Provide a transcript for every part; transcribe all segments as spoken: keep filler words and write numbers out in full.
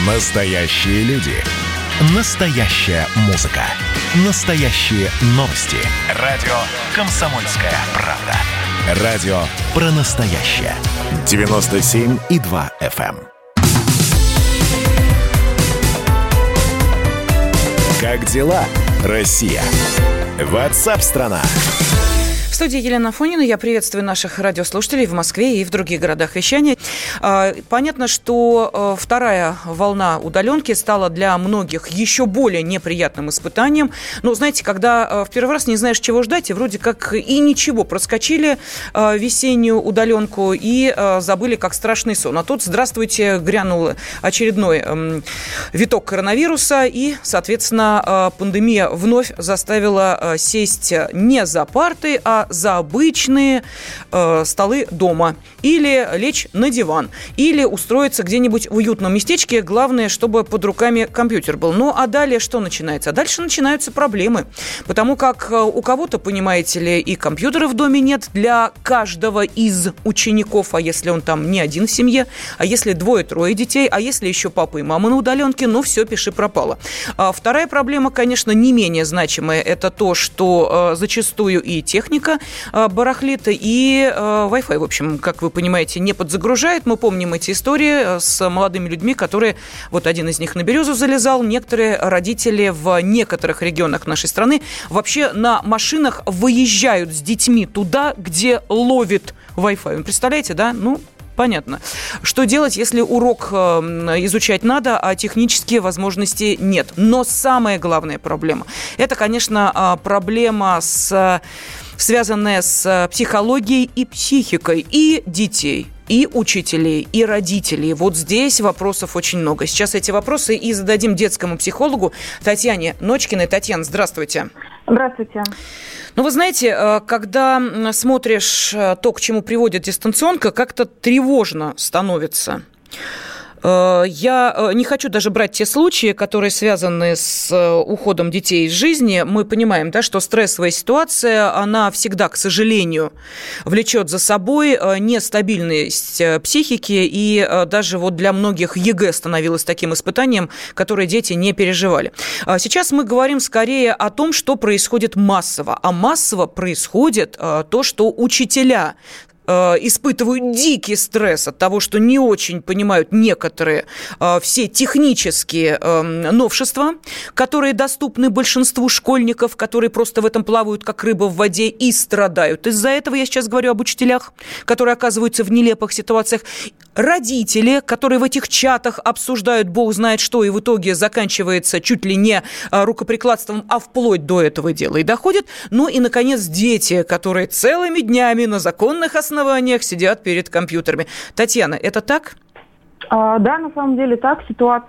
Настоящие люди. Настоящая музыка. Настоящие новости. Радио «Комсомольская правда». Радио про настоящее. девяносто семь и два эф эм. Как дела, Россия? Ватсап-страна! В студии Елена Афонина. Я приветствую наших радиослушателей в Москве и в других городах вещания. Понятно, что вторая волна удаленки стала для многих еще более неприятным испытанием. Но, знаете, когда в первый раз не знаешь, чего ждать, и вроде как и ничего, проскочили весеннюю удаленку и забыли, как страшный сон. А тут, здравствуйте, грянул очередной виток коронавируса, и, соответственно, пандемия вновь заставила сесть не за парты, а за обычные э, столы дома. Или лечь на диван. Или устроиться где-нибудь в уютном местечке. Главное, чтобы под руками компьютер был. Ну, а далее что начинается? А дальше начинаются проблемы. Потому как у кого-то, понимаете ли, и компьютера в доме нет для каждого из учеников. А если он там не один в семье? А если двое-трое детей? А если еще папа и мама на удаленке? Ну, все, пиши пропало. А вторая проблема, конечно, не менее значимая. Это то, что э, зачастую и техника барахлит, и э, Wi-Fi, в общем, как вы понимаете, не подзагружает. Мы помним эти истории с молодыми людьми, которые, вот один из них на березу залезал, некоторые родители в некоторых регионах нашей страны вообще на машинах выезжают с детьми туда, где ловит Wi-Fi. Вы представляете, да? Ну, понятно. Что делать, если урок изучать надо, а технические возможности нет? Но самая главная проблема – это, конечно, проблема, с, связанная с психологией и психикой и детей, и учителей, и родителей. Вот здесь вопросов очень много. Сейчас эти вопросы и зададим детскому психологу Татьяне Ночкиной. Татьяна, здравствуйте. Здравствуйте. Ну, вы знаете, когда смотришь то, к чему приводит дистанционка, как-то тревожно становится. Я не хочу даже брать те случаи, которые связаны с уходом детей из жизни. Мы понимаем, да, что стрессовая ситуация, она всегда, к сожалению, влечет за собой нестабильность психики, и даже вот для многих ЕГЭ становилось таким испытанием, которое дети не переживали. Сейчас мы говорим скорее о том, что происходит массово. А массово происходит то, что учителя испытывают дикий стресс от того, что не очень понимают некоторые э, все технические э, новшества, которые доступны большинству школьников, которые просто в этом плавают, как рыба в воде, и страдают. Из-за этого я сейчас говорю об учителях, которые оказываются в нелепых ситуациях. Родители, которые в этих чатах обсуждают бог знает что, и в итоге заканчивается чуть ли не рукоприкладством, а вплоть до этого дела и доходит. Ну и, наконец, дети, которые целыми днями на законных основаниях сидят перед компьютерами. Татьяна, это так? А, да, на самом деле так.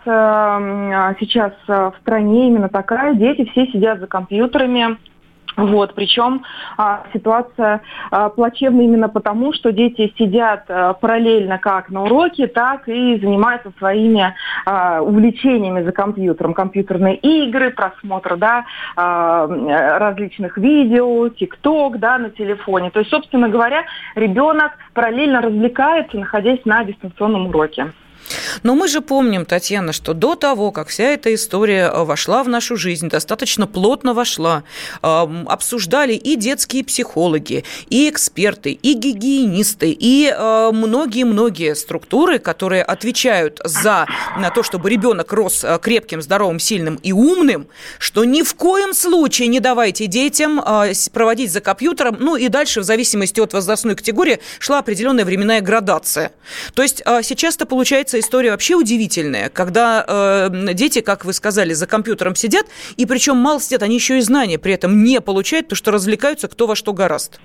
Ситуация сейчас в стране именно такая. Дети все сидят за компьютерами. Вот, причем а, ситуация а, плачевна именно потому, что дети сидят а, параллельно как на уроке, так и занимаются своими а, увлечениями за компьютером. Компьютерные игры, просмотр, да, а, различных видео, ТикТок, да, на телефоне. То есть, собственно говоря, ребенок параллельно развлекается, находясь на дистанционном уроке. Но мы же помним, Татьяна, что до того, как вся эта история вошла в нашу жизнь, достаточно плотно вошла, обсуждали и детские психологи, и эксперты, и гигиенисты, и многие-многие структуры, которые отвечают за то, чтобы ребенок рос крепким, здоровым, сильным и умным, что ни в коем случае не давайте детям проводить за компьютером, ну и дальше, в зависимости от возрастной категории, шла определенная временная градация. То есть сейчас-то получается история вообще удивительная, когда э, дети, как вы сказали, за компьютером сидят, и причем мало сидят, они еще и знания при этом не получают, потому что развлекаются кто во что горазд.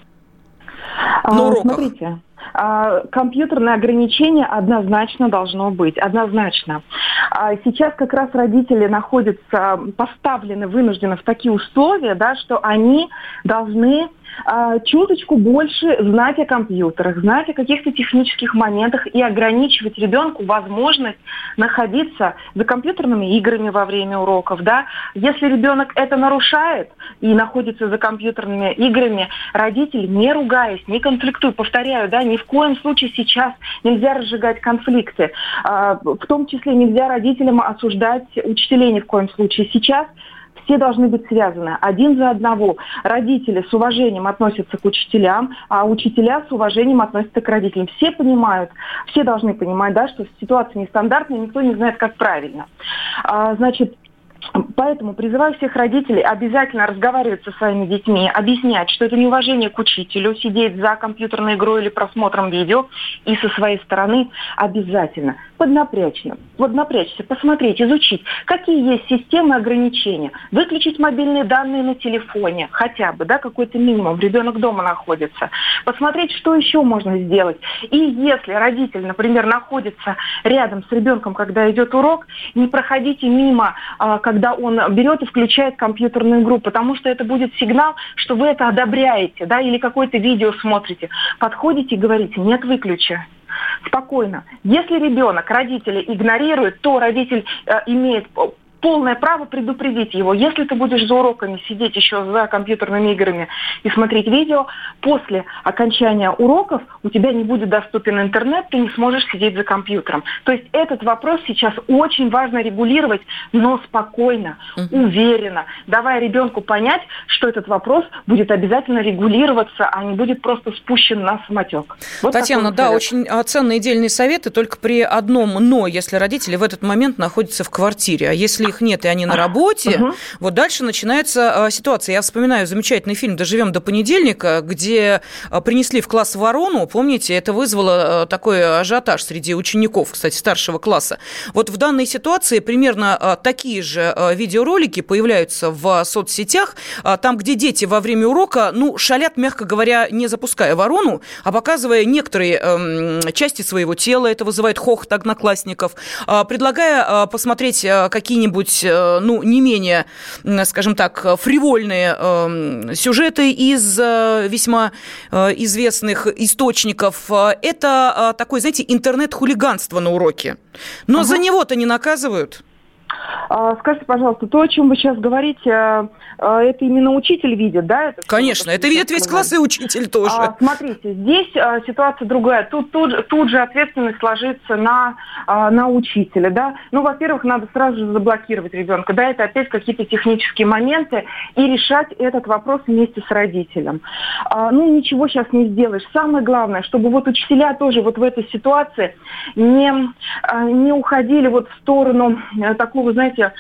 На уроках. Смотрите. Компьютерное ограничение однозначно должно быть, однозначно. Сейчас как раз родители находятся поставлены, вынуждены в такие условия, да, что они должны чуточку больше знать о компьютерах, знать о каких-то технических моментах и ограничивать ребенку возможность находиться за компьютерными играми во время уроков, да. Если ребенок это нарушает и находится за компьютерными играми, родители, не ругаясь, не конфликтуя, повторяю, да, ни в коем случае сейчас нельзя разжигать конфликты. В том числе нельзя родителям осуждать учителей ни в коем случае. Сейчас все должны быть связаны один за одного. Родители с уважением относятся к учителям, а учителя с уважением относятся к родителям. Все понимают, все должны понимать, да, что ситуация нестандартная, никто не знает, как правильно. А, значит, Поэтому призываю всех родителей обязательно разговаривать со своими детьми, объяснять, что это неуважение к учителю, сидеть за компьютерной игрой или просмотром видео, и со своей стороны обязательно поднапрячься, поднапрячься, посмотреть, изучить, какие есть системы ограничения, выключить мобильные данные на телефоне, хотя бы, да, какой-то минимум, ребенок дома находится, посмотреть, что еще можно сделать. И если родитель, например, находится рядом с ребенком, когда идет урок, не проходите мимо, когда он берет и включает компьютерную игру, потому что это будет сигнал, что вы это одобряете, да, или какое-то видео смотрите. Подходите и говорите: нет, выключи. Спокойно. Если ребенок, родители игнорируют, то родитель э, имеет полное право предупредить его. Если ты будешь за уроками сидеть еще за компьютерными играми и смотреть видео, после окончания уроков у тебя не будет доступен интернет, ты не сможешь сидеть за компьютером. То есть этот вопрос сейчас очень важно регулировать, но спокойно, uh-huh. уверенно, давая ребенку понять, что этот вопрос будет обязательно регулироваться, а не будет просто спущен на самотек. Вот Татьяна, да, очень ценные и дельные советы, только при одном «но», если родители в этот момент находятся в квартире, а если их нет, и они на работе, uh-huh. вот дальше начинается а, ситуация. Я вспоминаю замечательный фильм «Доживем до понедельника», где а, принесли в класс ворону, помните, это вызвало а, такой ажиотаж среди учеников, кстати, старшего класса. Вот в данной ситуации примерно а, такие же а, видеоролики появляются в соцсетях, а, там, где дети во время урока, ну, шалят, мягко говоря, не запуская ворону, а показывая некоторые а, части своего тела, это вызывает хохот одноклассников, а, предлагая а, посмотреть а, какие-нибудь ну, не менее, скажем так, фривольные э, сюжеты из э, весьма э, известных источников. Это э, такое, знаете, интернет-хулиганство на уроке. Но ага. за него-то не наказывают. Скажите, пожалуйста, то, о чем вы сейчас говорите, это именно учитель видит, да? Это Конечно, это видит весь класс и учитель тоже. А, смотрите, здесь а, ситуация другая. Тут, тут, тут же ответственность ложится на, а, на учителя, да? Ну, во-первых, надо сразу же заблокировать ребенка, да, это опять какие-то технические моменты, и решать этот вопрос вместе с родителем. А, ну, ничего сейчас не сделаешь. Самое главное, чтобы вот учителя тоже вот в этой ситуации не, а, не уходили вот в сторону а, такого, вы знаете,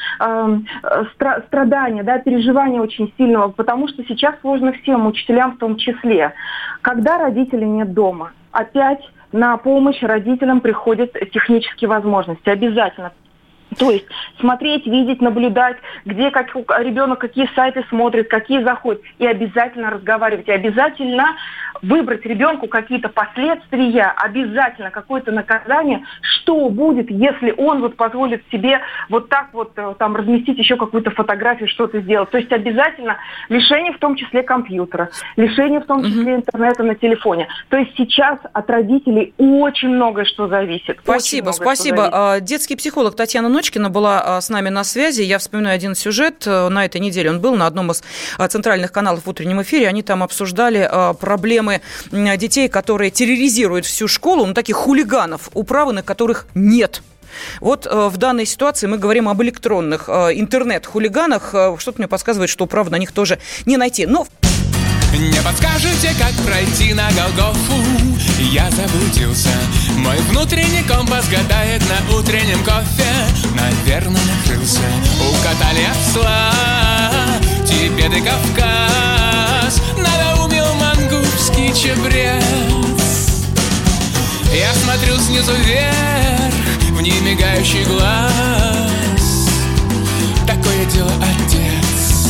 страдания, да, переживания очень сильного, потому что сейчас сложно всем, учителям в том числе. Когда родителей нет дома, опять на помощь родителям приходят технические возможности, обязательно. То есть смотреть, видеть, наблюдать, где как, ребенок какие сайты смотрит, какие заходит, и обязательно разговаривать, и обязательно выбрать ребенку какие-то последствия, обязательно какое-то наказание, что будет, если он вот позволит себе вот так вот там разместить еще какую-то фотографию, что-то сделать. То есть обязательно лишение в том числе компьютера, лишение в том числе интернета на телефоне. То есть сейчас от родителей очень многое что зависит. Спасибо, спасибо. Детский психолог Татьяна Ночкина была с нами на связи. Я вспоминаю один сюжет на этой неделе. Он был на одном из центральных каналов в утреннем эфире. Они там обсуждали проблемы детей, которые терроризируют всю школу, ну, таких хулиганов, управы на которых нет. Вот э, в данной ситуации мы говорим об электронных э, интернет-хулиганах. Э, что-то мне подсказывает, что управы на них тоже не найти. Но... Не подскажете, как пройти на Голгофу? Я заблудился. Мой внутренний компас гадает на утреннем кофе. Наверное, накрылся. Укатали осла, Тибет и Кавказ. Надоумил мангубский чебрец. Я смотрю снизу вверх в немигающий глаз. Такое дело, отец.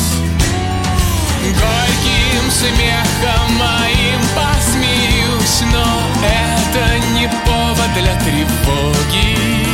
Горьким смехом моим посмеюсь, но это не повод для тревоги.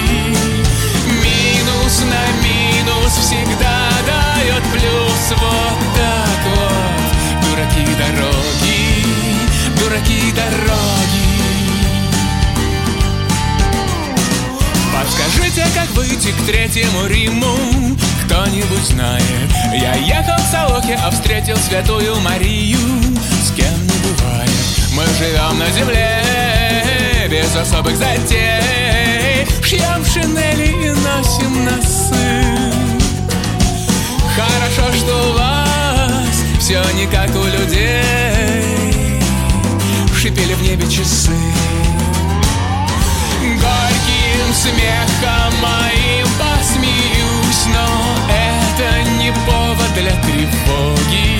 Минус на минус всегда дает плюс. Вот так вот, дураки дороги, дураки дороги. Подскажите, как выйти к Третьему Риму, кто-нибудь знает? Я ехал в Солохе, а встретил Святую Марию. С кем не бывает. Мы живем на земле без особых затей, шьем шинели и носим носы. Хорошо, что у вас все не как у людей. Шипели в небе часы. Горьким смехом моим посмеюсь, но это не повод для тревоги.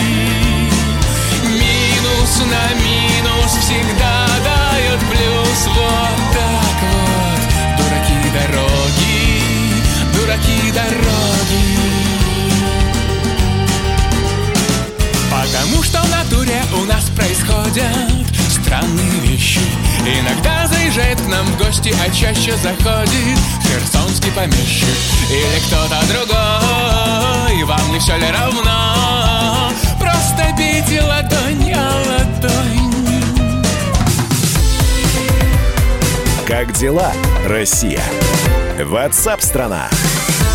Минус на минус всегда дает плюс. Вот так вот, дураки дороги, дураки дороги. Потому что в натуре у нас происходят странные вещи. Иногда заезжает к нам в гости, а чаще заходит херсонский помещик или кто-то другой. Вам не все ли равно? Просто бейте ладонь о ладонь. Как дела, Россия? WhatsApp-страна.